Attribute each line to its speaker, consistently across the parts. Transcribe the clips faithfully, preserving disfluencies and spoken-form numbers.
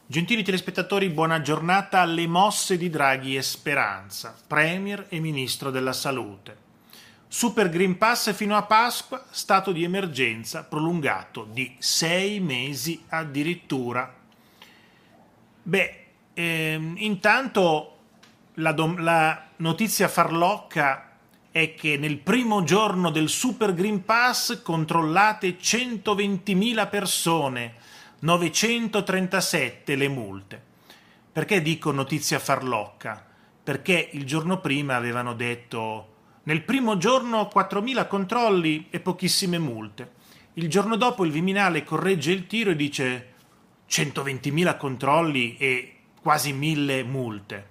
Speaker 1: Gentili telespettatori, buona giornata alle mosse di Draghi e Speranza, Premier e Ministro della Salute. Super Green Pass fino a Pasqua, stato di emergenza prolungato di sei mesi addirittura. Beh, ehm, intanto la, dom- la notizia farlocca è che nel primo giorno del Super Green Pass controllate centoventimila persone, novecentotrentasette le multe. Perché dico notizia farlocca? Perché il giorno prima avevano detto nel primo giorno quattromila controlli e pochissime multe. Il giorno dopo il Viminale corregge il tiro e dice centoventimila controlli e quasi mille multe.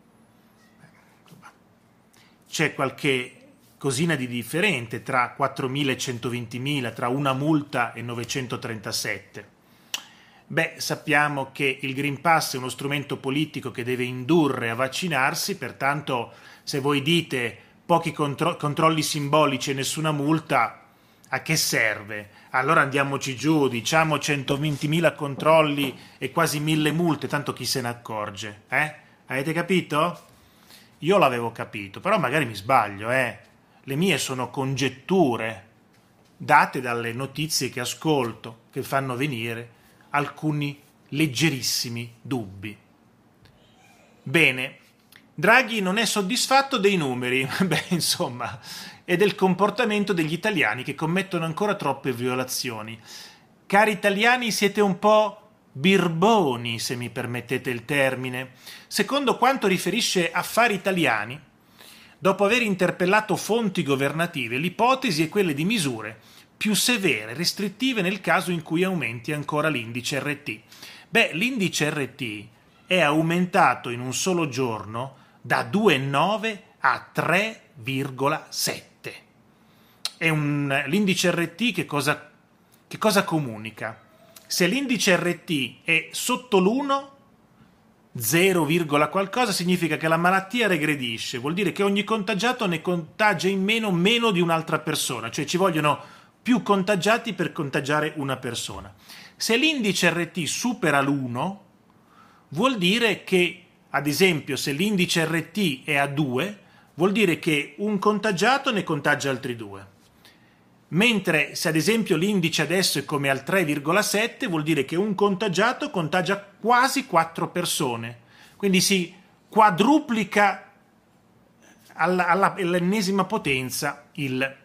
Speaker 1: C'è qualche cosina di differente tra quattromila e centoventimila, tra una multa e novecentotrentasette. Beh, sappiamo che il Green Pass è uno strumento politico che deve indurre a vaccinarsi, pertanto se voi dite pochi contro- controlli simbolici e nessuna multa, a che serve? Allora andiamoci giù, diciamo centoventimila controlli e quasi mille multe, tanto chi se ne accorge, eh? Avete capito? Io l'avevo capito, però magari mi sbaglio, eh? Le mie sono congetture date dalle notizie che ascolto, che fanno venire alcuni leggerissimi dubbi. Bene, Draghi non è soddisfatto dei numeri, beh, insomma, e del comportamento degli italiani che commettono ancora troppe violazioni. Cari italiani, siete un po' birboni, se mi permettete il termine. Secondo quanto riferisce Affari Italiani, dopo aver interpellato fonti governative, l'ipotesi è quella di misure più severe, restrittive nel caso in cui aumenti ancora l'indice R T. Beh, l'indice R T è aumentato in un solo giorno da due virgola nove a tre virgola sette. È un, l'indice R T che cosa, che cosa comunica? Se l'indice R T è sotto l'uno, zero, qualcosa, significa che la malattia regredisce, vuol dire che ogni contagiato ne contagia in meno meno di un'altra persona, cioè ci vogliono più contagiati per contagiare una persona. Se l'indice R T supera l'uno, vuol dire che, ad esempio, se l'indice R T è a due, vuol dire che un contagiato ne contagia altri due. Mentre se ad esempio l'indice adesso è come al tre virgola sette, vuol dire che un contagiato contagia quasi quattro persone. Quindi si quadruplica alla, alla, all'ennesima potenza il,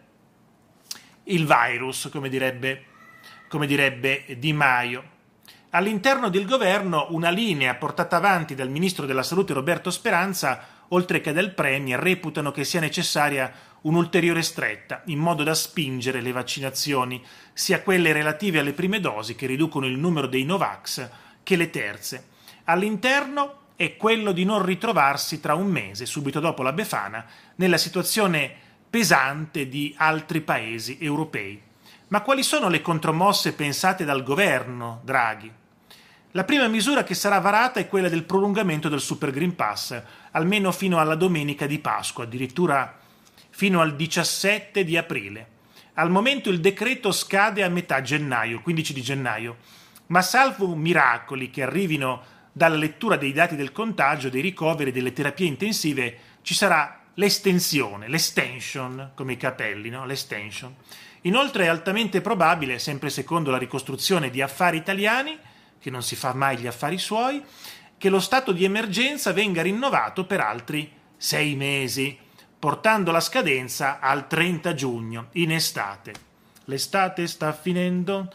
Speaker 1: il virus, come direbbe, come direbbe Di Maio. All'interno del governo una linea portata avanti dal ministro della Salute Roberto Speranza, oltre che dal Premier, reputano che sia necessaria un'ulteriore stretta, in modo da spingere le vaccinazioni, sia quelle relative alle prime dosi, che riducono il numero dei Novax, che le terze. All'interno è quello di non ritrovarsi tra un mese, subito dopo la Befana, nella situazione pesante di altri paesi europei. Ma quali sono le contromosse pensate dal governo Draghi? La prima misura che sarà varata è quella del prolungamento del Super Green Pass, almeno fino alla domenica di Pasqua, addirittura fino al diciassette di aprile. Al momento il decreto scade a metà gennaio, il quindici di gennaio, ma salvo miracoli che arrivino dalla lettura dei dati del contagio, dei ricoveri e delle terapie intensive, ci sarà l'estensione, l'estension, come i capelli, no? L'estension. Inoltre è altamente probabile, sempre secondo la ricostruzione di Affari Italiani, che non si fa mai gli affari suoi, che lo stato di emergenza venga rinnovato per altri sei mesi, portando la scadenza al trenta giugno, in estate. L'estate sta finendo.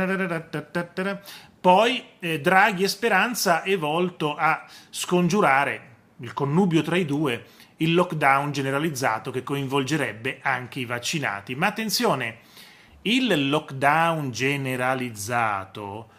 Speaker 1: Poi eh, Draghi e Speranza è volto a scongiurare il connubio tra i due, il lockdown generalizzato che coinvolgerebbe anche i vaccinati. Ma attenzione, il lockdown generalizzato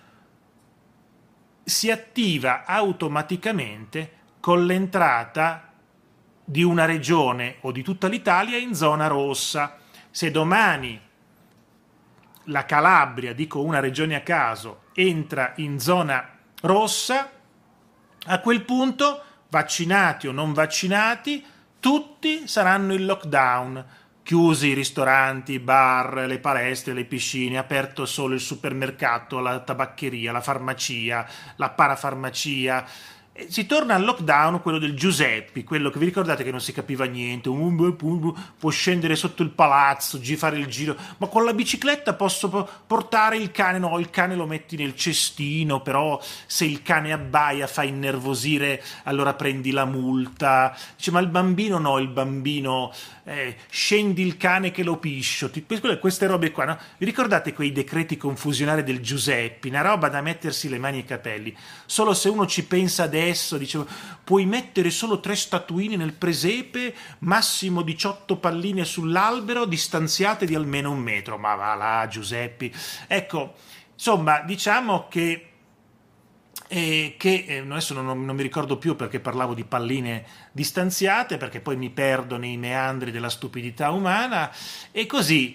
Speaker 1: si attiva automaticamente con l'entrata di una regione o di tutta l'Italia in zona rossa. Se domani la Calabria, dico una regione a caso, entra in zona rossa, a quel punto, vaccinati o non vaccinati, tutti saranno in lockdown, chiusi i ristoranti, i bar, le palestre, le piscine, aperto solo il supermercato, la tabaccheria, la farmacia, la parafarmacia. Si torna al lockdown, quello del Giuseppi, quello che vi ricordate che non si capiva niente, può scendere sotto il palazzo, fare il giro, ma con la bicicletta posso portare il cane? No, il cane lo metti nel cestino, però se il cane abbaia fa innervosire, allora prendi la multa. Dice, ma il bambino no, il bambino eh, scendi il cane che lo piscio, queste robe qua, no? Vi ricordate quei decreti confusionari del Giuseppi, una roba da mettersi le mani ai capelli? Solo se uno ci pensa adesso, dicevo, puoi mettere solo tre statuine nel presepe, massimo diciotto palline sull'albero, distanziate di almeno un metro. Ma va là, Giuseppi. Ecco, insomma, diciamo che eh, che eh, adesso non, non mi ricordo più perché parlavo di palline distanziate, perché poi mi perdo nei meandri della stupidità umana, e così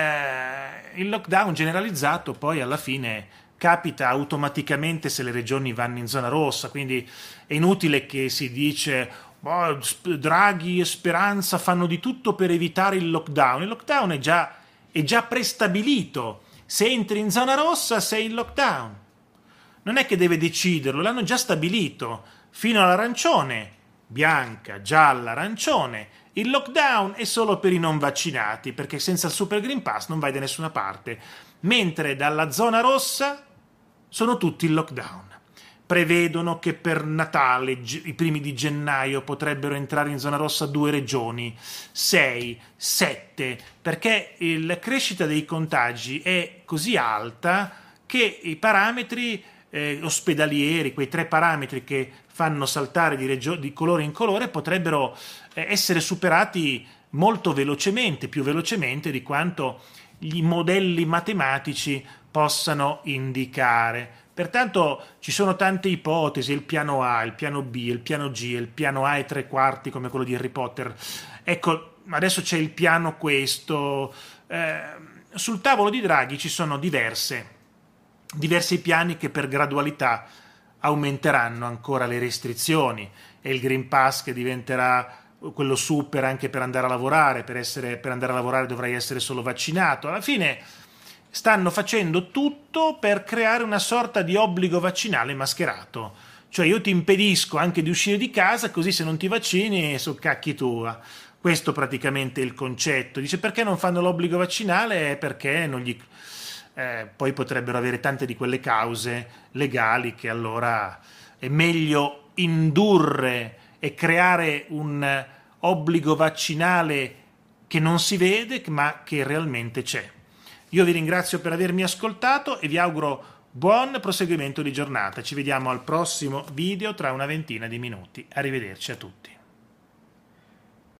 Speaker 1: eh, il lockdown generalizzato poi alla fine capita automaticamente se le regioni vanno in zona rossa, quindi è inutile che si dice oh, Draghi e Speranza fanno di tutto per evitare il lockdown. Il lockdown è già, è già prestabilito, se entri in zona rossa sei in lockdown, non è che deve deciderlo, l'hanno già stabilito, fino all'arancione, bianca, gialla, arancione. Il lockdown è solo per i non vaccinati, perché senza il Super Green Pass non vai da nessuna parte, mentre dalla zona rossa sono tutti in lockdown. Prevedono che per Natale, i primi di gennaio, potrebbero entrare in zona rossa due regioni, sei, sette, perché la crescita dei contagi è così alta che i parametri eh, ospedalieri, quei tre parametri che fanno saltare di, regio- di colore in colore, potrebbero eh, essere superati molto velocemente, più velocemente di quanto i modelli matematici possano indicare. Pertanto ci sono tante ipotesi, il piano A, il piano B, il piano G, il piano A e tre quarti come quello di Harry Potter. Ecco, adesso c'è il piano questo. Eh, sul tavolo di Draghi ci sono diverse, diversi piani che per gradualità aumenteranno ancora le restrizioni, e il Green Pass che diventerà quello super anche per andare a lavorare, per, essere, per andare a lavorare dovrai essere solo vaccinato. Alla fine stanno facendo tutto per creare una sorta di obbligo vaccinale mascherato, cioè io ti impedisco anche di uscire di casa, così se non ti vaccini so cacchi tua. Questo praticamente è il concetto. Dice, perché non fanno l'obbligo vaccinale? Perché non gli... Eh, poi potrebbero avere tante di quelle cause legali che allora è meglio indurre e creare un obbligo vaccinale che non si vede ma che realmente c'è. Io vi ringrazio per avermi ascoltato e vi auguro buon proseguimento di giornata. Ci vediamo al prossimo video tra una ventina di minuti. Arrivederci a tutti.